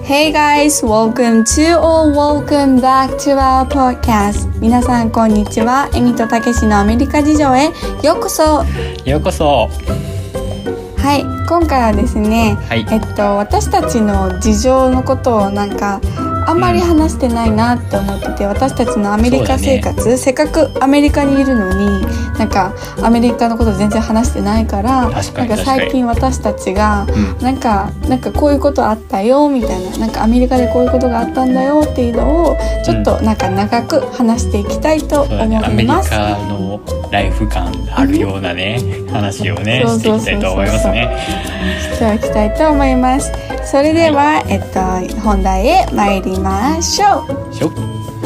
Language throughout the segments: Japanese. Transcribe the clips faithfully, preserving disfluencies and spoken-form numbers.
Hey guys, welcome to or welcome back to our podcast. 皆さんこんにちは。エミとたけしのアメリカ事情へようこそ。 ようこそ。 はい、今回はですね、 はい、 えっと私たちの事情のことをなんかあんまり話してないなって思ってて、うん、私たちのアメリカ生活、ね、せっかくアメリカにいるのになんかアメリカのこと全然話してないから、なんか最近私たちが、うん、なんかなんかこういうことあったよみたいな、なんかアメリカでこういうことがあったんだよっていうのをちょっとなんか長く話していきたいと思います。 うん、アメリカのライフ感あるようなね、うん、話をねしていきたいと思いますね。 していきたいと思います。それでは、はい、えっと本題へ参りましょう。 しょ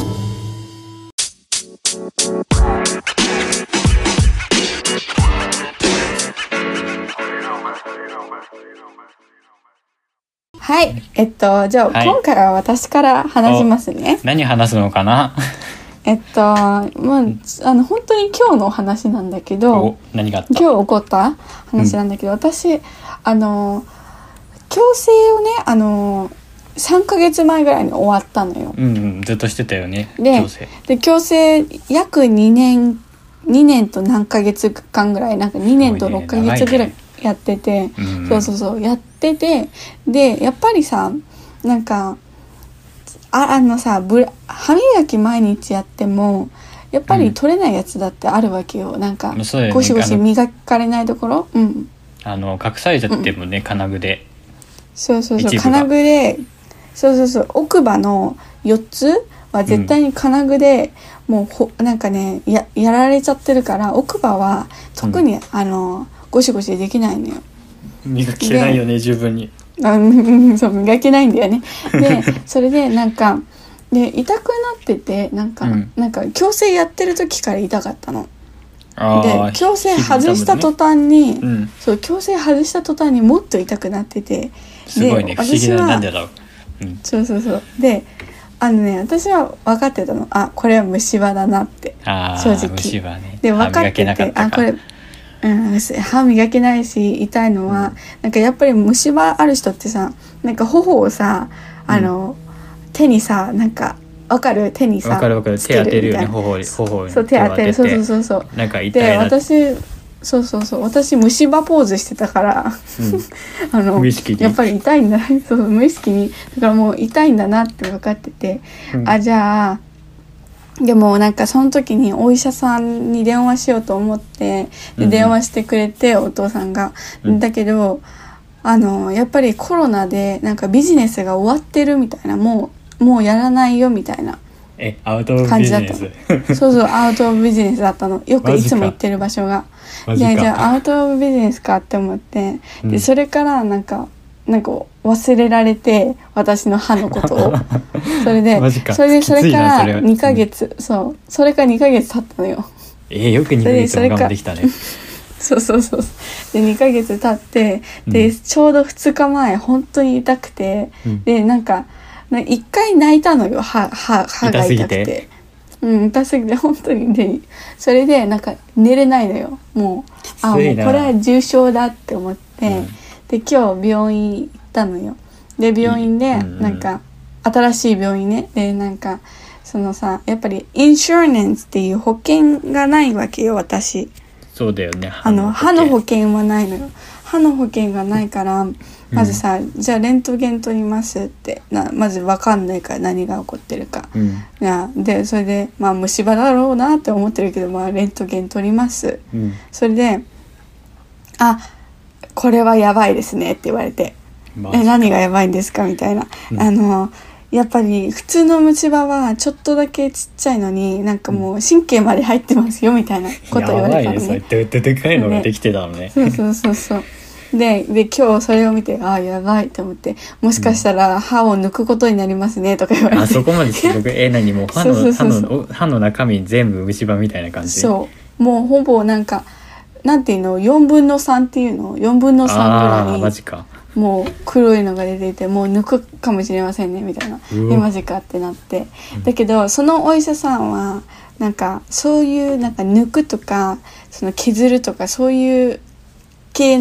はい、えっとじゃあ、はい、今回は私から話しますね。 何話すのかな。 えっとまあ、あの本当に今日の話なんだけど、 何があった？ 今日起こった話なんだけど、うん、私あの矯正をねあのさんかげつまえぐらいに終わったのよ。 うんうん、ずっとしてたよね。 で矯正で矯正約にねんにねんと何ヶ月間ぐらい、なんかにねんとろっかげつぐらいやってて、ねうん、そうそうそうやってて、でやっぱりさなんかああのさブラ歯磨き毎日やってもやっぱり取れないやつだってあるわけよ。なんか、ね、ゴシゴシ磨かれないところ、うん、 あの隠されちゃってもね、うん、金具でそうそうそう金具でそうそうそう奥歯のよっつは絶対に金具で、うん、もうほなんかね や, やられちゃってるから奥歯は特に、うん、あのゴシゴシできないのよ。 磨けないよね十分に。 あそう磨けないんだよね。でそれでなんかで痛くなっててなんか、うん、なんか矯正やってる時から痛かったの。で矯正外した途端に、ねうん、そう矯正外した途端にもっと痛くなってて、 すごいね不思議ななんでだろう、 うん、そうそうそうであのね私は分かってたの、あこれは虫歯だなって正直虫歯ねで分かっててあこれうん、歯磨けないし痛いのは、うん、なんかやっぱり虫歯ある人ってさなんか頬をさあの、うん、手にさなんかわかる手にさわかるわかる手当てるよね頬に頬にそう手当てるそうそうそうそうなんか痛いなで私そうそうそう私虫歯ポーズしてたから、 うん、 あの無意識にやっぱり痛いんだそう無意識にだからもう痛いんだなって分かってて、うん、あじゃあでもなんかその時にお医者さんに電話しようと思ってで電話してくれて、うん、お父さんが、うん、だけどあのやっぱりコロナでなんかビジネスが終わってるみたいなもうもうやらないよみたいなえアウトオブビジネスそうそうアウトオブビジネスだったのよくいつも行ってる場所がいやじゃあアウトオブビジネスかって思って、うん、でそれからなんかなんか忘れられて私の歯のことをそれでそれでそれからにかげつそうそれからにかげつ経ったのよ。 えー、よくにかげつも我慢できたね。 そうそうそうでにかげつ経ってで、うん、ちょうどふつかまえ本当に痛くて、うん、でなんかいっかい泣いたのよ。歯歯歯が痛くて。痛すぎてうん痛すぎて本当にでそれでなんか寝れないのよ。もうあもうこれは重症だって思って。うんで今日病院行ったのよ。で病院でなんか新しい病院ねでなんかそのさやっぱりインシュアレンスっていう保険がないわけよ私。 そうだよね。 あの歯の保険はないのよ。歯の保険がないからまずさ、うん、じゃあレントゲン取りますってなまず分かんないから何が起こってるか。うん、いやでそれでまあ虫歯だろうなって思ってるけどまあレントゲン取ります。うん、それであこれはやばいですねって言われてえ何がやばいんですかみたいな、うん、あのやっぱり普通の虫歯はちょっとだけちっちゃいのになんかもう神経まで入ってますよみたいなこと言われたのね。やばいねそれででかいのができてたのね。 そうそうそうそうでで今日それを見てあやばいと思ってもしかしたら歯を抜くことになりますねとか言われて、うん、 あそこまでして僕え何もう歯のそうそうそうそう歯の歯の中身全部虫歯みたいな感じ。 そうもうほぼなんかなんていうのよんぶんのさんっていうのよんぶんのさんぐらいマジかもう黒いのが出ていてもう抜くかもしれませんねみたいなえマジかってなって、うん、だけどそのお医者さんはなんかそういうなんか抜くとかその削るとかそういう系の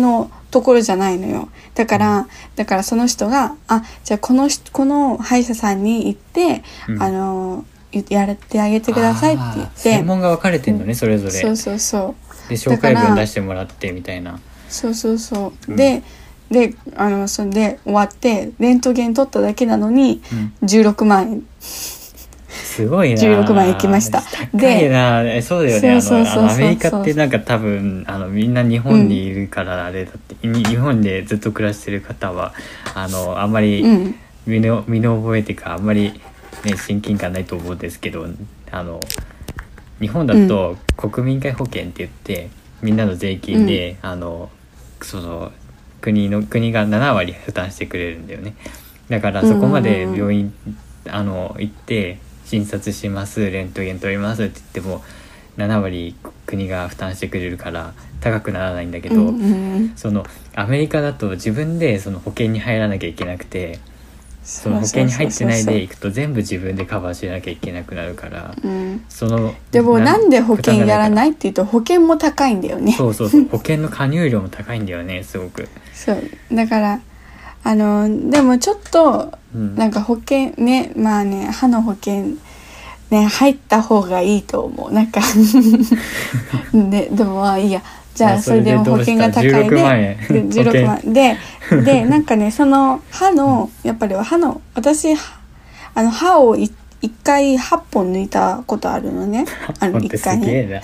ところじゃないのよ。だから、うん、だからその人があじゃあこのこの歯医者さんに行って、うん、あのやってあげてくださいって言って専門が分かれてんのね、うん、それぞれ。 そうそうそうで紹介文出してもらってみたいな。 そうそうそう、うん、でであのそれで終わってレントゲン取っただけなのに、うん、じゅうろくまんえんすごいな。 じゅうろくまん行きました。 高いな。えそうだよね。あのアメリカってなんか多分あのみんな日本にいるからあれだって、うん、日本でずっと暮らしてる方はあのあんまり身の、身の覚えてかあんまり、ね、親近感ないと思うんですけど、あの日本だと国民皆保険って言って、うん、みんなの税金で、うん、あのその国の国がななわり負担してくれるんだよね。だからそこまで病院、うん、あの行って診察しますレントゲン取りますって言ってもななわり国が負担してくれるから高くならないんだけど、うんうん、そのアメリカだと自分でその保険に入らなきゃいけなくて、その保険に入ってないで行くと全部自分でカバーしなきゃいけなくなるから、うん、そのでもなんで保険やらないっていうと保険も高いんだよね。 そうそうそう保険の加入料も高いんだよねすごく。 そうだからあのでもちょっと、うん、なんか保険ねまあね歯の保険ね入った方がいいと思うなんかででもまあいいやじゃあそれでも保険が高いでじゅうろくまんえんじゅうろくまんででなんかねその歯のやっぱり歯の私あの歯をい一回はっぽん抜いたことあるのね。あの一回ね。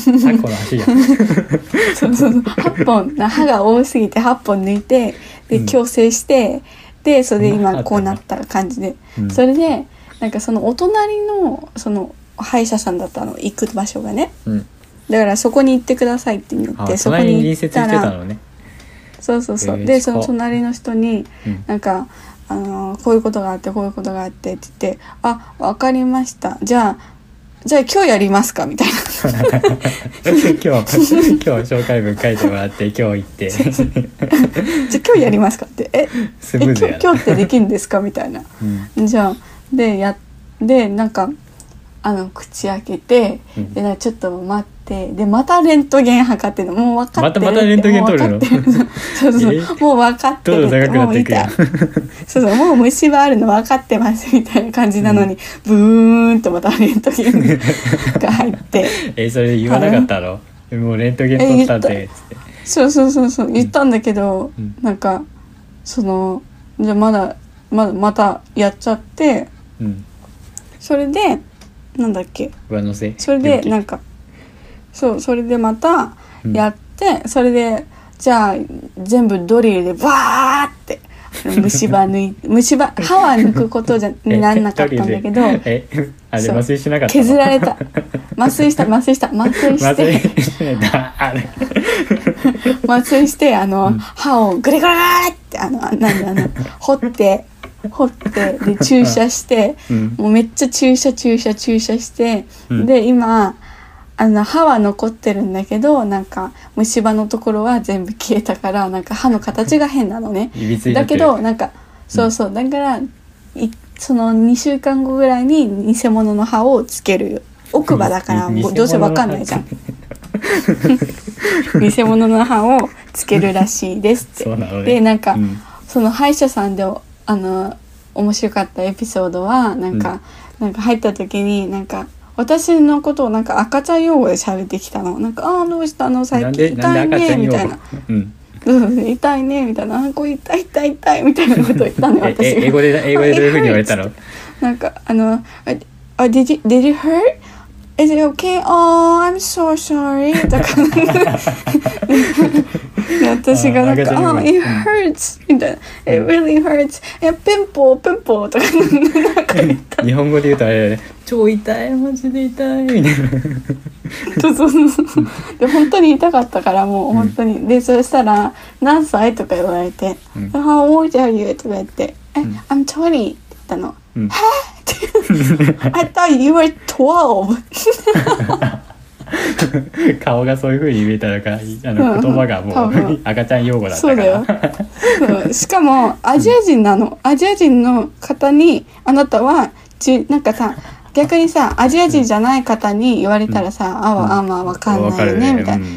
そうそうそうはっぽん歯が多すぎてはっぽん抜いてで矯正して、うん、でそれで今こうなった感じで、うん、それでなんかそのお隣のその歯医者さんだったの行く場所がね、うん、だからそこに行ってくださいって言ってそこに行ったら、ね、そうそうそう、えー、でその隣の人になんか、うんあのー、こういうことがあってこういうことがあってって言ってあ分かりましたじゃあじゃあ今日やりますかみたいな今日今日紹介文書いてもらって今日行ってじゃあ今日やりますかってえスムーズやなえ今日、今日ってできるんですかみたいな、うん、じゃあでやでなんかあの口開けて、うん、でちょっと待ってでまたレントゲン測ってるのもう分かってるってまたまたレントゲン取るのそうそうそうもう分かってるってもう見たそうそうもう虫歯あるの分かってますみたいな感じなのに、うん、ブーンとまたレントゲンが入ってえそれ言わなかったのもうレントゲン取ったってつってそうそうそうそう言ったんだけど、うん、なんかそのじゃあまだまだまたやっちゃって、うん、それでなんだっけ上乗せそれでなんかそうそれでまたやって、うん、それでじゃあ全部ドリルでバーって虫歯抜いて虫歯歯は抜くことじゃになんなかったんだけどえあれ麻酔しなかったの削られた麻酔した麻酔した麻酔して麻酔してあの、うん、歯をグリグリってあのなんだあの掘って掘ってで注射して、うん、もうめっちゃ注射注射注射して、うん、で今あの歯は残ってるんだけどなんか虫歯のところは全部消えたからなんか歯の形が変なのねだけどなんかそうそうだからいそのにしゅうかんごぐらいに偽物の歯をつける奥歯だからどうせわかんないじゃん偽物の歯をつけるらしいですってそうなの、ね、でなんか、うん、その歯医者さんであの面白かったエピソードはなんか、うん、なんか入った時になんか私のことをなんか赤ちゃん用語で喋ってきたのなんかあーどうしたの最近痛いねみたいな、うん、痛いねみたいなこう痛い痛い痛いみたいなことを言ったのよ私え英語で英語でどういう風に言われたのなんかあのあ did you, did it hurt? Is it okay? Oh, I'm so sorry とか私がなんか Oh, it hurts みたいな It really hurts えピンポーピンポーとかなんか言った日本語で言うとあれ超痛いマジで痛いみたいなそうそうそうで本当に痛かったからもう本当に、うん、でそしたら何歳とか言われて、うん、How old are you? とか言ってえ、うん、I'm twenty って言ったの、うん、はぁI thought you were twelve 顔がそういう風に見えたのかあの言葉がもう、うん、赤ちゃん用語だったからそうだよそうしかもアジア人なのアジア人の方にあなたはちなんかさ逆にさアジア人じゃない方に言われたらさ、うん、あわあまあわかんないよね、ね、みたいな、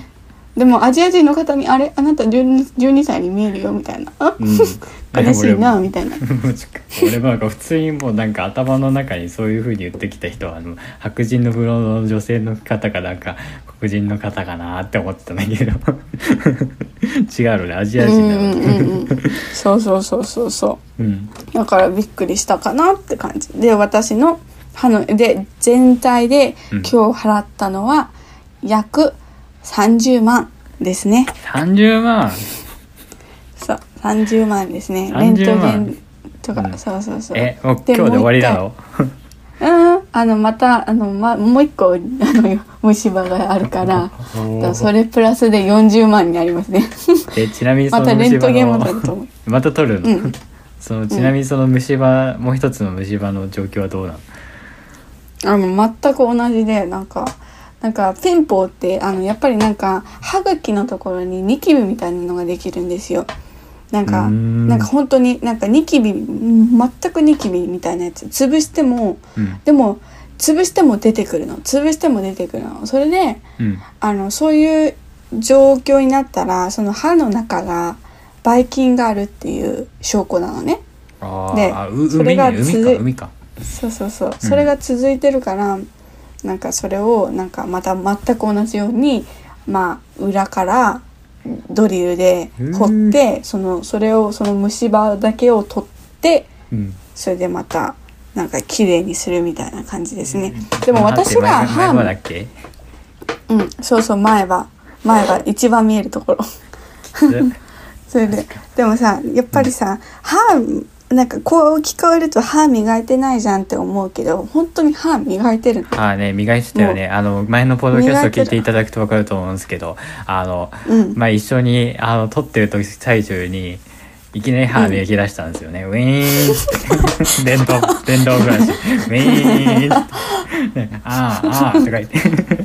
でもアジア人の方にあれあなた じゅうにさいに見えるよみたいな、うん、悲しいなみたいな俺もなんか普通にもうなんか頭の中にそういう風に言ってきた人はあの白人のブロンドの女性の方かなんか黒人の方かなって思ってたんだけど違うのねアジア人なの、うんうんうん、 そうそうそうそうそう、 うん、 だからびっくりしたかなって感じで私の歯ので全体で今日払ったのは約さんじゅうまんですね。 さんじゅうまんそうさんじゅうまんですね。レントゲンとか、うん、そうそうそう。 えもう今日で終わりなの？ うんあのまたあの、ま、もう一個あの虫歯があるからそれプラスでよんじゅうまんになりますね。 えちなみにそのまたレントゲンも取ると思う。 また取るの？うん、そのちなみにその虫歯、うん、もう一つの虫歯の状況はどうなの？ あの全く同じでなんか。なんかピンポーってあのやっぱりなんか歯茎のところにニキビみたいなのができるんですよ。なんかんなんか本当になんかニキビ全くニキビみたいなやつ潰しても、うん、でも潰しても出てくるの潰しても出てくるのそれで、うん、あのそういう状況になったらその歯の中がばい菌があるっていう証拠なのね。 あであそれが続海かそうそうそう、うん、それが続いてるからなんかそれをなんかまた全く同じようにまあ裏からドリルで掘ってそのそれをその虫歯だけを取って、うん、それでまたなんか綺麗にするみたいな感じですね。でも私が歯前歯だっけ？ うんそうそう前歯前歯一番見えるところそれででもさやっぱりさ、うん、歯なんかこう聞こえると歯磨いてないじゃんって思うけど本当に歯磨いてるの。 歯ね磨いてたよね。あの前のポッドキャスト聞いていただくと分かると思うんですけどあの、うんまあ、一緒にあの撮ってる時最中にいきなり歯磨き出したんですよね、うん、ウィーンって電動電動ブラシウィーンってあーあーとか言って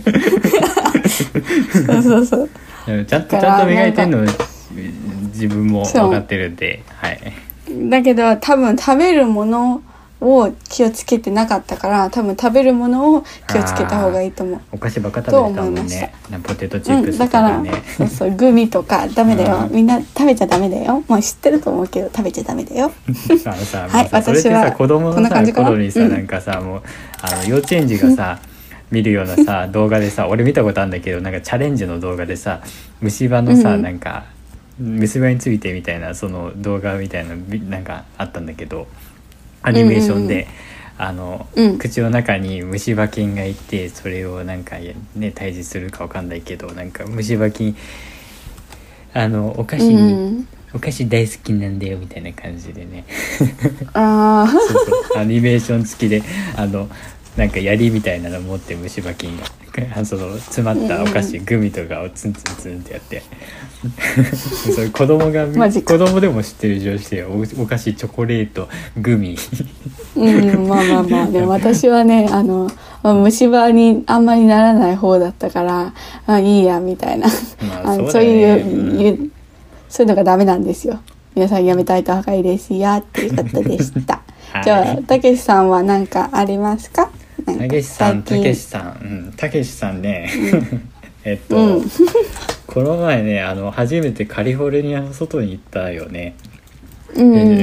そうそうそうちゃんとちゃんと磨いてるの自分も分かってるんではいだけど多分食べるものを気をつけてなかったから多分食べるものを気をつけた方がいいと思う。 お菓子ばっか食べてたもんね。ポテトチップスとかね、うん、だからそうそうグミとかダメだよ、うん、みんな食べちゃダメだよ。もう知ってると思うけど食べちゃダメだよあのさ、はい、私は子供のさ頃にさ、うん、なんかさもうあの幼稚園児がさ、うん、見るようなさ動画でさ俺見たことあるんだけどなんかチャレンジの動画でさ虫歯のさ、うん、なんか虫歯についてみたいなその動画みたいななんかあったんだけどアニメーションで、うんうんうん、あの、うん、口の中に虫歯菌がいてそれをなんかね退治するかわかんないけどなんか虫歯菌あのお菓子に、うん、お菓子大好きなんだよみたいな感じでねあそうそうアニメーション付きであのなんか槍みたいなの持って虫歯菌がその詰まったお菓子、うん、グミとかをツンツンツンってやってそれ子供が子供でも知ってる常識で お, お菓子チョコレートグミうんまあまあまあでも私はねあの、まあ、虫歯にあんまりならない方だったからあいいやみたいな、まあ、そう, そういう、うん、そういうのがダメなんですよ。皆さんやめたいと方がいいですよっていうことでしたじゃあたけしさんは何かありますか？ たけしさんたけしさんうんたけしさんね、うん、えっと、うん、この前ねあの初めてカリフォルニアの外に行ったよね。うん、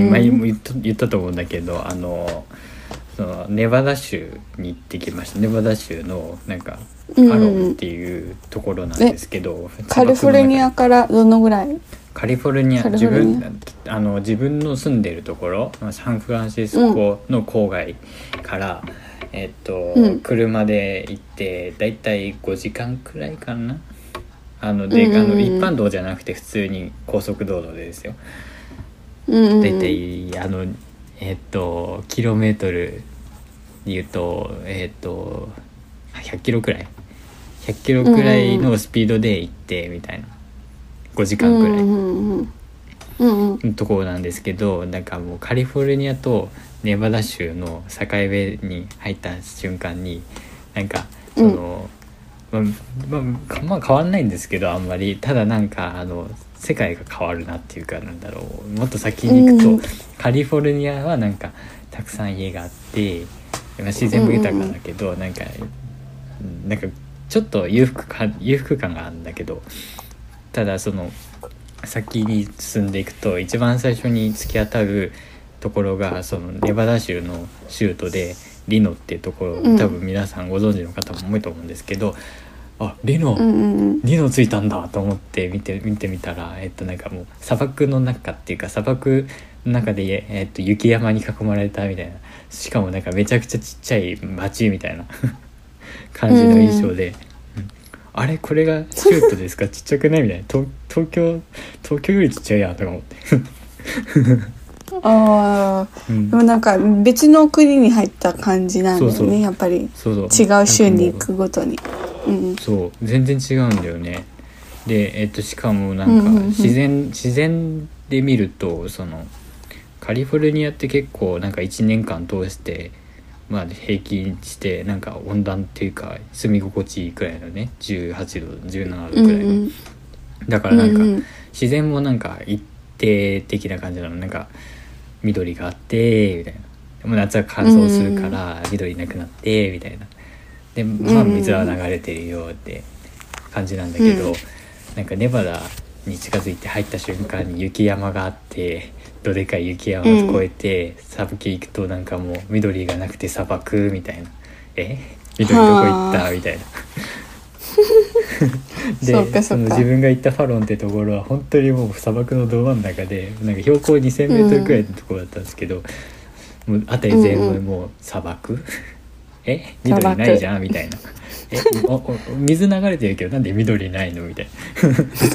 前も言った、言ったと思うんだけどあのそのネバダ州に行ってきました。ネバダ州のなんかアロンっていうところなんですけど、うん、 カリフォルニアからどのぐらい？ カリフォルニア自分あの自分の住んでるところサンフランシスコの郊外から、うんえっとうん、車で行ってだいたいごじかんくらいかなあので、うんうんうん、あの一般道じゃなくて普通に高速道路でですよ、うんうん、だいたいあのえっとキロメートルで言うとえっとひゃっキロくらいひゃっキロくらいのスピードで行ってみたいなごじかんくらい、うんうんうんうん、ところなんですけどなんかもうカリフォルニアとネバダ州の境目に入った瞬間になんかその、うんまあ、まあ、まあ変わんないんですけどあんまりただなんかあの世界が変わるなっていうかなんだろうもっと先に行くと、うん、カリフォルニアはなんかたくさん家があって自然も豊かだけど、うん、なんかなんかちょっと裕福か裕福感があるんだけどただその先に進んでいくと一番最初に突き当たるところがそのネバダ州の州都でリノっていうところ、多分皆さんご存知の方も多いと思うんですけど、あリノ、 うんうんうん、 リノついたんだと思って見て見てみたら、えっとなんかもう砂漠の中っていうか砂漠の中で、えっと、雪山に囲まれたみたいな、しかもなんかめちゃくちゃちっちゃい町みたいな感じの印象で、うんうん、あれこれが州都ですかちっちゃくないみたいな、東, 東京東京よりちっちゃいやんとか思ってああ、うん、でもなんか別の国に入った感じなんだよね。そうそう、やっぱりそうそう違う州に行くごとに、 うん、そう全然違うんだよね。で、えっと、しかもなんか自然、うんうんうん、自然で見るとそのカリフォルニアって結構なんかいちねんかん通してまあ平均してなんか温暖っていうか住み心地いいくらいのねじゅうはちどじゅうななどくらいの、うんうん、だからなんか自然もなんか一定的な感じなの、なんか緑があってみたいな、でも夏は乾燥するから緑なくなってみたいな、でまあ水は流れてるよって感じなんだけど、うん、なんかネバダに近づいて入った瞬間に雪山があって、どでかい雪山を越えて、うん、砂漠行くとなんかもう緑がなくて砂漠みたいな、え緑どこ行ったみたいなでそうかそうか、 その自分が行ったファロンってところは本当にもう砂漠のど真ん中で、なんか標高にせんメートルくらいのところだったんですけど、うん、もう辺り全部もう砂漠、うんうん、え緑ないじゃんみたいな、えおお水流れてるけどなんで緑ないのみたいな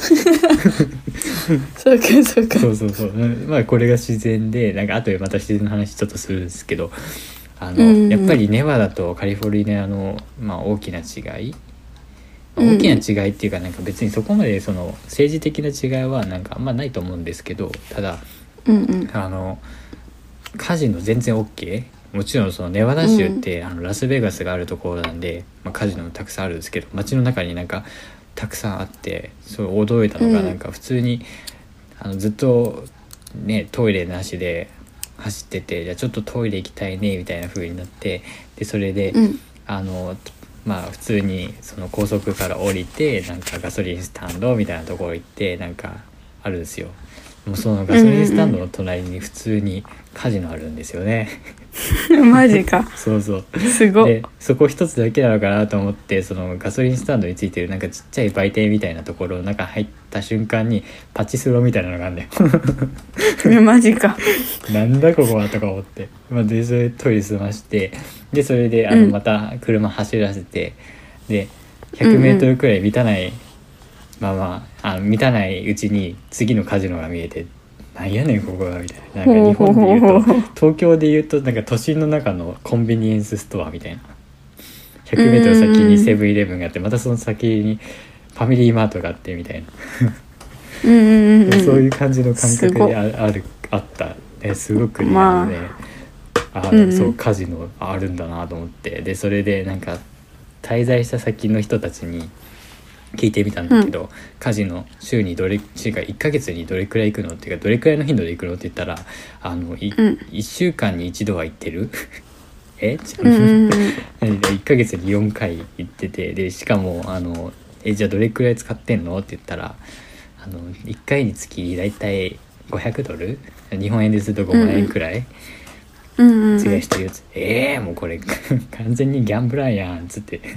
そうかそうか、 そうそうそう、まあこれが自然で、なんか後でまた自然の話ちょっとするんですけど、あの、うんうん、やっぱりネバダとカリフォルニアの、まあ、大きな違い、まあ、大きな違いっていうか、なんか別にそこまでその政治的な違いはなんかあんまないと思うんですけど、ただ、 うんうん、 あのカジノ全然 OK、もちろんそのネバダ州って、うん、あのラスベガスがあるところなんで、まあ、カジノもたくさんあるんですけど、街の中になんかたくさんあって、そう驚いたのが、なんか普通に、うん、あのずっとねトイレなしで走ってて、じゃあちょっとトイレ行きたいねみたいな風になって、でそれで、うん、あのまあ普通にその高速から降りて、なんかガソリンスタンドみたいなところ行って、なんかあるんですよ。もうそのガソリンスタンドの隣に普通にカジノあるんですよねマジかそうそう、 すごい。 でそこ一つだけなのかなと思って、そのガソリンスタンドについてるなんかちっちゃい売店みたいなところの中入った瞬間にパチスロみたいなのがあるんだよマジかなんだここはとか思って、まあ、でそれトイレ済まして、でそれであのまた車走らせて、うん、でひゃくメートルくらい満たない、うんうん、まあまあ、あの満たないうちに次のカジノが見えて、なんやねんここはみたいな、なんか日本で言うと東京で言うとなんか都心の中のコンビニエンスストアみたいな、ひゃくメートル先にセブンイレブンがあって、またその先にファミリーマートがあってみたいなうんうん、うん、そういう感じの感覚で あ, あるあった、ね、すごくリアルで、まあ、あ、うんうん、そうカジノあるんだなと思って、でそれでなんか滞在した先の人たちに聞いてみたんだけど、うん、カジノ週にどれ週かいっかげつにどれくらい行くのっていうか、どれくらいの頻度で行くのって言ったら、あの い,、うん、いっしゅうかんに一度は行ってるえじゃあ、うんうんうん、いっかげつによんかい行ってて、でしかもあのえじゃあどれくらい使ってんのって言ったら、あのいっかいにつきだいたいごひゃくドル、日本円でするとごまんえんくらい、うんうん、費やしてるやつ、ええー、もうこれ完全にギャンブラーやんっつって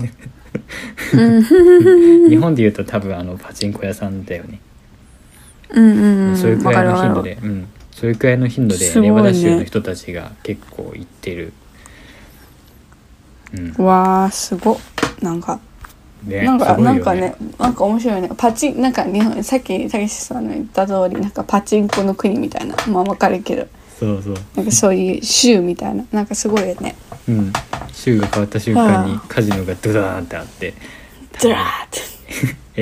日本で言うと多分あのパチンコ屋さんだよね、うんうんうん、そういうくらいの頻度で、うん、そういうくらいの頻度でネバダ州の人たちが結構行ってる、 うん、わーすごっ、なんかね、なんか、ね、なんかね、なんか面白いね。パチン、なんか日本、さっきたけしさんの言った通り、なんかパチンコの国みたいな、まあわかるけど、 そうそう、 なんかそういう州みたいな、なんかすごいよね。 うん、州が変わった瞬間にカジノがドダーンってあって、 ドラーって。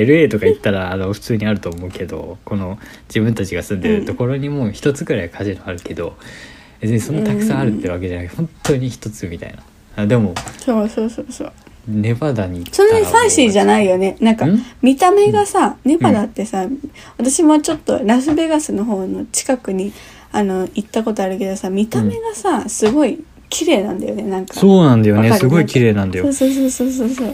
エルエー とか行ったらあの普通にあると思うけど、この自分たちが住んでるところにも一つくらいカジノあるけど、別にそんなたくさんあるってわけじゃなくて、本当に一つみたいな。あでもそうそうそうそう。 ネバダに行ったそんなにファンシーじゃないよね。なんか見た目がさ、ネバダってさ、うん、私もちょっとラスベガスの方の近くにあの行ったことあるけどさ、見た目がさ、うん、すごい綺麗なんだよね。なんかそうなんだよね、すごい綺麗なんだよ。 そうそうそうそうそう。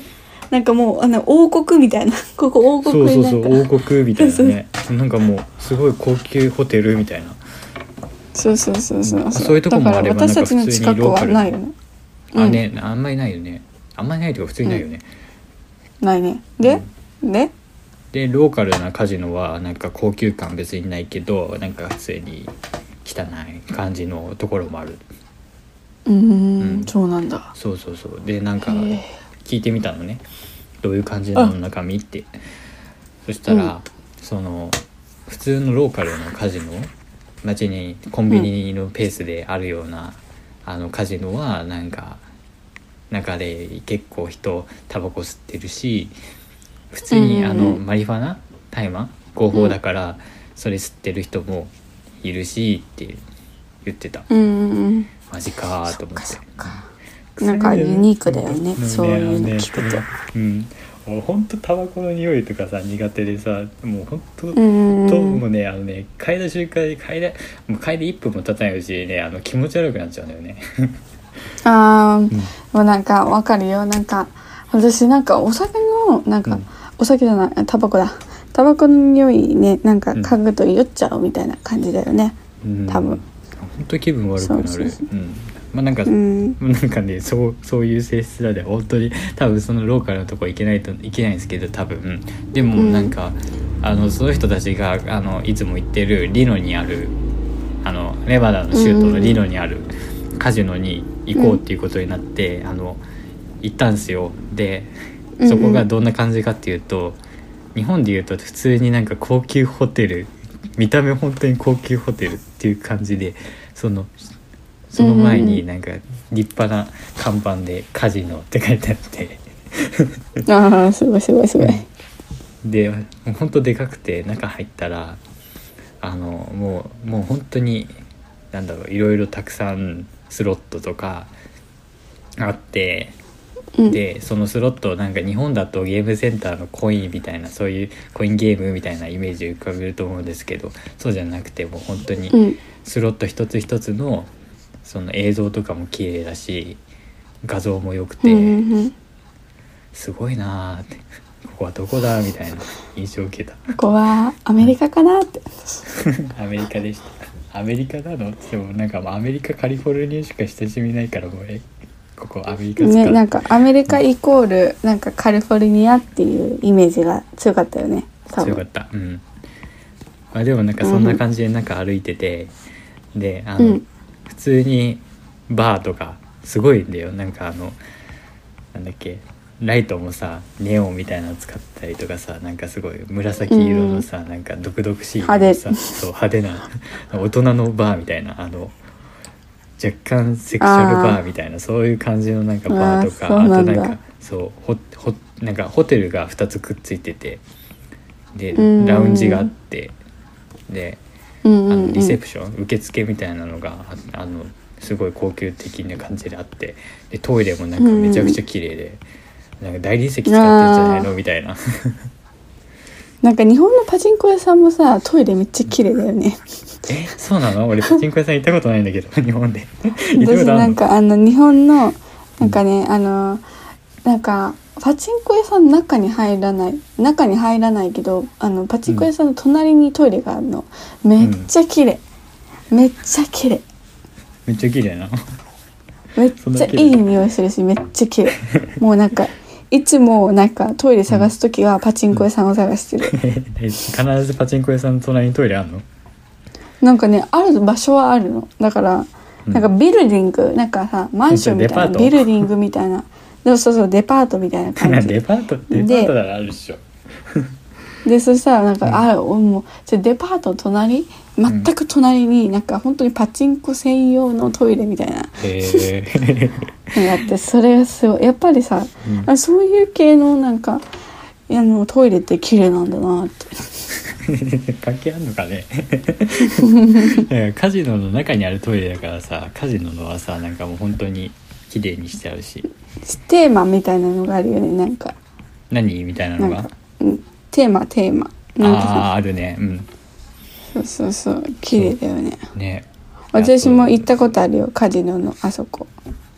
なんかもうあの王国みたいなここ王国になんかそうそうそう王国みたいなねなんかもうすごい高級ホテルみたいなそうそうそうそう、うん、 そういうとこもあれば私たちの近くはないよね。 あね、うん、あんまりないよねあんまりないとか普通にないよね、 うん、ないねで、うん、ででローカルなカジノはなんか高級感別にないけどなんか普通に汚い感じのところもある。 うーん、うん、そうなんだ。 そうそうそうでなんか聞いてみたのねどういう感じなの中身って。そしたら、うん、その普通のローカルのカジノ街にコンビニのペースであるような、うん、あのカジノはなんか中で結構人タバコ吸ってるし普通に、うんうんうん、あのマリファナ大麻合法だから、うん、それ吸ってる人もいるしって言ってた、 うんうん、 マジかと思ってそっかそっかなんかユニークだよね、ねそういうの聞くと、 うんもうほんとタバコの匂いとかさ苦手でさもうほんと、うんうん、ともうねあのね嗅いだ瞬間に嗅いだもう嗅いでいっぷんも経たないうちにねあの気持ち悪くなっちゃうんだよねあー、うん、もうなんかわかるよなんか私なんかお酒のなんか、うん、お酒じゃないタバコだタバコの匂いねなんか嗅ぐと酔っちゃうみたいな感じだよね、うん、多分ほんと気分悪くなるそうそうそう、うんまあ、なんか、うん、なんかねそうそういう性質だで本当に多分そのローカルのとこ行けないといけないんですけど多分でもなんか、うん、あのその人たちがあのいつも行ってるリノにあるあのネバダの州都のリノにあるカジノに行こうっていうことになって、うん、あの行ったんですよ。でそこがどんな感じかっていうと、うん、日本でいうと普通になんか高級ホテル見た目本当に高級ホテルっていう感じでそのその前になんか立派な看板でカジノって書いてあってああすごいすごいすごいで本当でかくて中入ったらあのもうもう本当になんだろういろいろたくさんスロットとかあって、うん、でそのスロットなんか日本だとゲームセンターのコインみたいなそういうコインゲームみたいなイメージを浮かべると思うんですけどそうじゃなくてもう本当にスロット一つ一つのその映像とかも綺麗だし画像も良くて、うんうん、すごいなってここはどこだみたいな印象を受けた。 ここはアメリカかなってアメリカでした。アメリカなのでもなんかアメリカカリフォルニアしか親しみないからもうえここアメリカ使う、 ね、なんかアメリカイコールなんかカリフォルニアっていうイメージが強かったよね多分強かったうん、まあ、でもなんかそんな感じでなんか歩いてて、うん、であの、うん普通にバーとかすごいんだよなんかあのなんだっけライトもさネオンみたいなの使ったりとかさなんかすごい紫色のさ、うん、なんか毒々しい派手そう派手な大人のバーみたいなあの若干セクシャルバーみたいなそういう感じのなんかバーとか あ, あとなんかそうほほなんかホテルがふたつくっついててでラウンジがあってでうんうんうん、あのリセプション受付みたいなのがあのすごい高級的な感じであってでトイレもなんかめちゃくちゃ綺麗で、うん、なんか大理石使ってるんじゃないのみたいななんか日本のパチンコ屋さんもさトイレめっちゃ綺麗だよねえそうなの俺パチンコ屋さん行ったことないんだけど日本で私なんかあの日本のなんかね、うん、あのなんかパチンコ屋さんの中に入らない中に入らないけどあのパチンコ屋さんの隣にトイレがあるの、うん、めっちゃ綺麗、うん、めっちゃ綺麗めっちゃ綺麗なめっちゃいい匂いするしめっちゃ綺麗もうなんかいつもなんかトイレ探すときはパチンコ屋さんを探してる、 うん、必ずパチンコ屋さんの隣にトイレあるの？ なんかねある場所はあるのだからなんかビルディングなんかさマンションみたいなビルディングみたいなそうそうそうデパートみたいな感じデパートデパートならあるでしょでそしたらなんか、うん、あもうじゃデパートの隣全く隣になんか本当にパチンコ専用のトイレみたいなへやってそれがすごいやっぱりさ、うん、そういう系のなんかあのトイレって綺麗なんだなって関係あんのかねカジノの中にあるトイレだからさカジノのはさなんかもう本当に綺麗にしちゃうしテーマみたいなのがあるよねなんか何みたいなのがうん、テーマテーマなんかあああるねうんそうそうそう綺麗だよねね私も行ったことあるよカジノのあそこ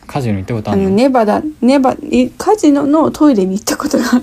カジノ行ったことああるの？ のネバダネバカジノのトイレに行ったことがある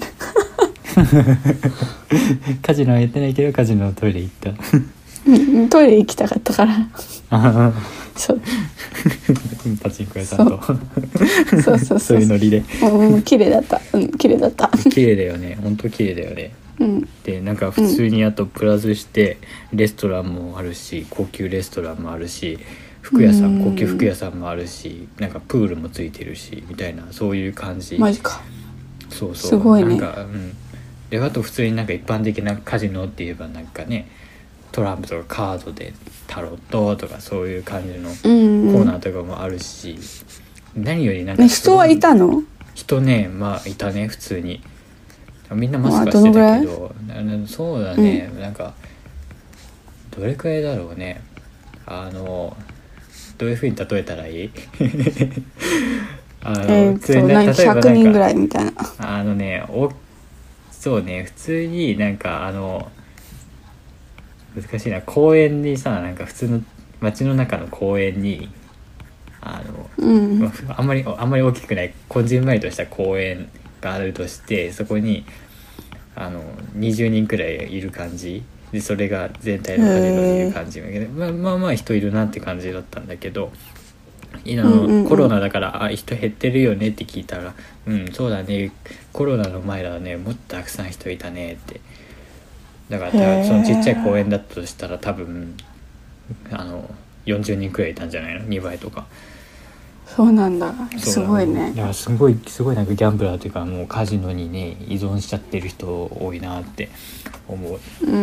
カジノはやってないけどカジノのトイレ行ったうんトイレ行きたかったからそうパチンコ屋さんとそうそうそうそういうノリでうん綺麗だったうん綺麗だった綺麗だよね本当綺麗だよね。 うん、 でなんか普通にあとプラスしてレストランもあるし高級レストランもあるし服屋さん高級服屋さんもあるしなんかプールもついてるしみたいなそういう感じ。 マジか。 そうそうすごいね。 なんか、うん、であと普通になんか一般的なカジノって言えばなんかねトランプとかカードでタロットとかそういう感じのコーナーとかもあるし、うんうん、何よりなんか人はいたの？ 人ねまあいたね普通にみんなマスクはしてたけどそうだね、うん、なんかどれくらいだろうねあのどういう風に例えたらいいあの、 えー、そうなんかひゃくにんぐらいみたいなあのねおそうね普通になんかあの難しいな公園にさなんか普通の街の中の公園にあの、うん、あんまりあんまり大きくないこじんまりとした公園があるとしてそこにあのにじゅうにんくらいいる感じでそれが全体のカジノにいる感じだけど、まあ、まあまあ人いるなって感じだったんだけどあの、うんうんうん、コロナだからあ人減ってるよねって聞いたらうんそうだねコロナの前はねもっとたくさん人いたねってだからそのちっちゃい公園だったとしたら多分あのよんじゅうにんくらいいたんじゃないのにばいとか。 そうなんだすごいね。 いやすごいすごいなんかギャンブラーというかもうカジノにね依存しちゃってる人多いなって思う。 うん。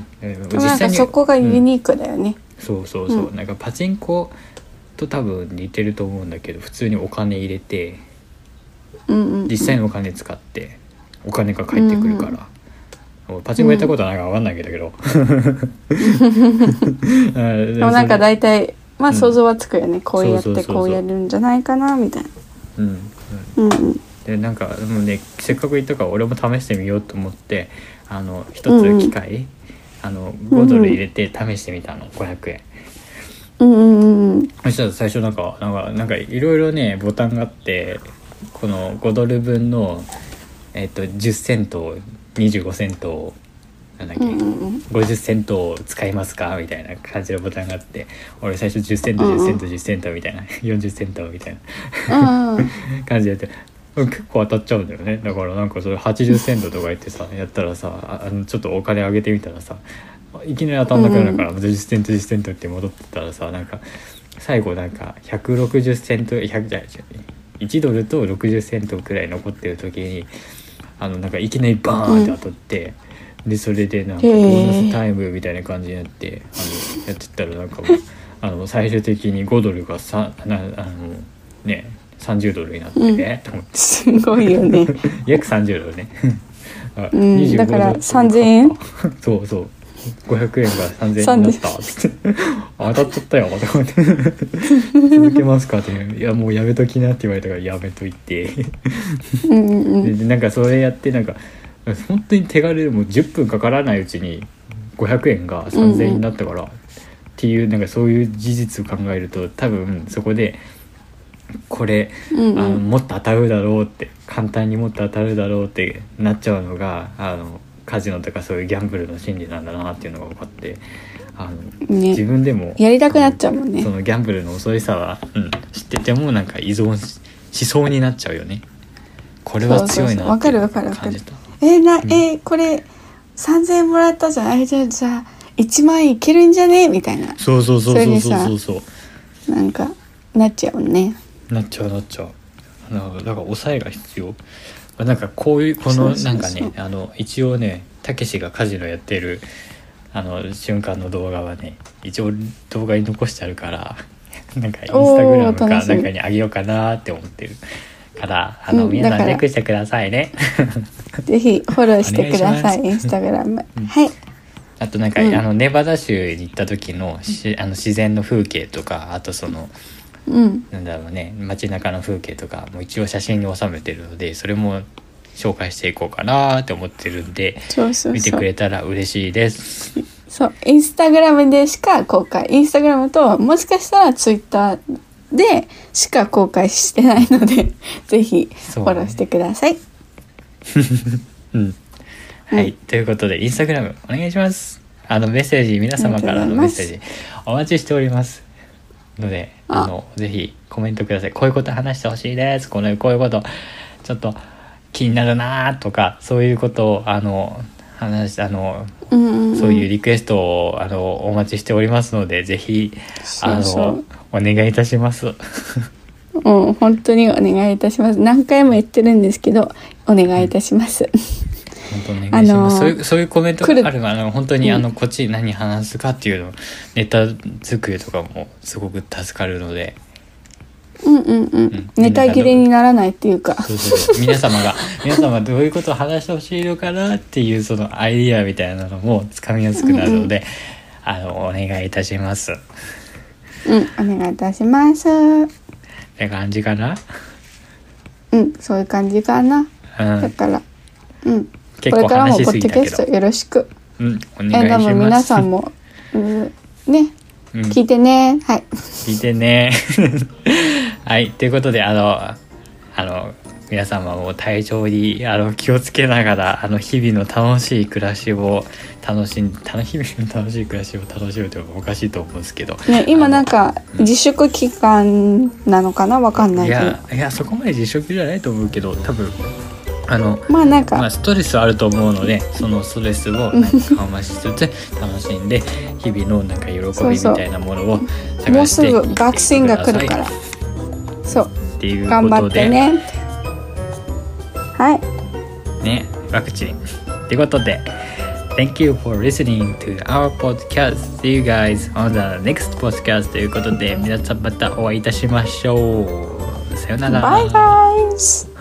実際にそこがユニークだよね。 うん、そうそうそう、うん、なんかパチンコと多分似てると思うんだけど普通にお金入れて、 うんうんうん、 実際のお金使ってお金が返ってくるから。うんうん、パチンコやったことはないから分かんないけど、 うん、でもなんか大体まあ想像はつくよね、うん、こうやってこうやるんじゃないかなみたいな。 うんうんうん、でなんかでもねせっかく行ったから俺も試してみようと思ってあの一つ機械、うんうん、あのごドル入れて試してみたの、うん、ごひゃくえん。 うんうんうん、 そしたら最初なんかなんかなんかいろいろねボタンがあってこのごドル分のえっとじゅっセントにじゅうごセントなんだっけ、うんうん、ごじゅっセントを使いますかみたいな感じのボタンがあって俺最初じゅっセントじゅっセントじゅっセントみたいなよんじゅっセントみたいな、うん、感じでやって結構当たっちゃうんだよね。だからなんかそれはちじゅっセントとか言ってさやったらさあのちょっとお金上げてみたらさいきなり当たんなくなるから、うん、じゅっセントじゅっセントって戻ってたらさなんか最後なんかひゃくろくじゅっセントひゃくじゃいちドルとろくじゅっセントくらい残ってる時にあのなんかいきなりバーンって当たって、うん、でそれでなんかボーナスタイムみたいな感じになってあのやってったらなんかもうあの最終的にごドルがさなあのねさんじゅうドルになって、うん、えと思ってすごいよね約さんじゅうドルねうん、だからさんぜんえんそうそうごひゃくえんがさんぜんえんになったって当たっちゃったよとかって続けますかっていやもうやめときなって言われたからやめといてうん、うん、でなんかそれやってなんか本当に手軽でもうじゅっぷんかからないうちにごひゃくえんがさんぜんえんになったから、うん、っていうなんかそういう事実を考えると多分そこでこれ、うんうん、あのもっと当たるだろうって簡単にもっと当たるだろうってなっちゃうのがあのカジノとかそういうギャンブルの心理なんだなっていうのが分かってあの、ね、自分でもやりたくなっちゃうもんね。 そのギャンブルの恐ろしさは、うん、知っててもなんか依存 し, しそうになっちゃうよね。これは強いなって感じた。 えー、な、うん、えー、これさんぜんえんもらったじゃんあれじゃじゃあいちまんえんいけるんじゃねみたいな。 そうそうそうそうそうそうなんかなっちゃうね。 なっちゃうなっちゃうだから、だから抑えが必要。なんかこういうこのなんかねあの一応ねたけしがカジノやってるあの瞬間の動画はね一応動画に残してあるからなんかインスタグラムかなんかにあげようかなって思ってるからあの、うん、皆さんチェックしてくださいねぜひフォローしてくださいインスタグラム、うん、はい。 あとなんか、うん、あのネバダ州に行った時のしあの自然の風景とかあとそのうん、なんだろうね街中の風景とかも一応写真に収めてるのでそれも紹介していこうかなって思ってるんでそうそうそう見てくれたら嬉しいです。 そうインスタグラムでしか公開インスタグラムともしかしたらツイッターでしか公開してないのでぜひフォローしてください。 うん、はい、うん、ということでインスタグラムお願いします。あのメッセージ、皆様からのメッセージお待ちしておりますので、あのぜひコメントください。こういうこと話してほしいです、このこういうことちょっと気になるなとか、そういうことをあの話あの、うんうんうん、そういうリクエストをあのお待ちしておりますので、ぜひあのそうそうお願いいたします。 うん、本当にお願いいたします。何回も言ってるんですけどお願いいたします。うん、 本当お願いします。そういうそういうコメントがあるの、あの本当に、うん、あのこっち何話すかっていうのネタ作りとかもすごく助かるので。 うんうんうん、うん、ネタ切れにならないっていうか、 そうそう皆様が皆様どういうことを話してほしいのかなっていうそのアイディアみたいなのもつかみやすくなるので、うんうん、あのお願いいたします。 うんお願いいたします。 って感じかな。 うんそういう感じかな、うん、だからうん結構話しすぎたけど、これからもポッドキャストよろしく、 うん、お願いします。え多分皆さんも、うん、ね、うん、聞いてね、はい聞いてねはいということであのあの皆様も体調にあの気をつけながらあの日々の楽しい暮らしを楽しん楽日々の楽しい暮らしを楽しむというのはおかしいと思うんですけど、 ね、今なんか自粛期間なのかな、わかんないけど、 いやいやそこまで自粛じゃないと思うけど、多分あのまあなんか、 まあ、ストレスあると思うので、そのストレスをなんか緩和しつつ楽しんで日々のなんか喜びみたいなものを探してもうすぐバクシンが来るから、そうっていうことで頑張ってね。はいね、ワクチンってことで Thank you for listening to our podcast. See you guys on the next podcast ということで、皆さんまたお会いいたしましょう。さよなら。 バイバイ。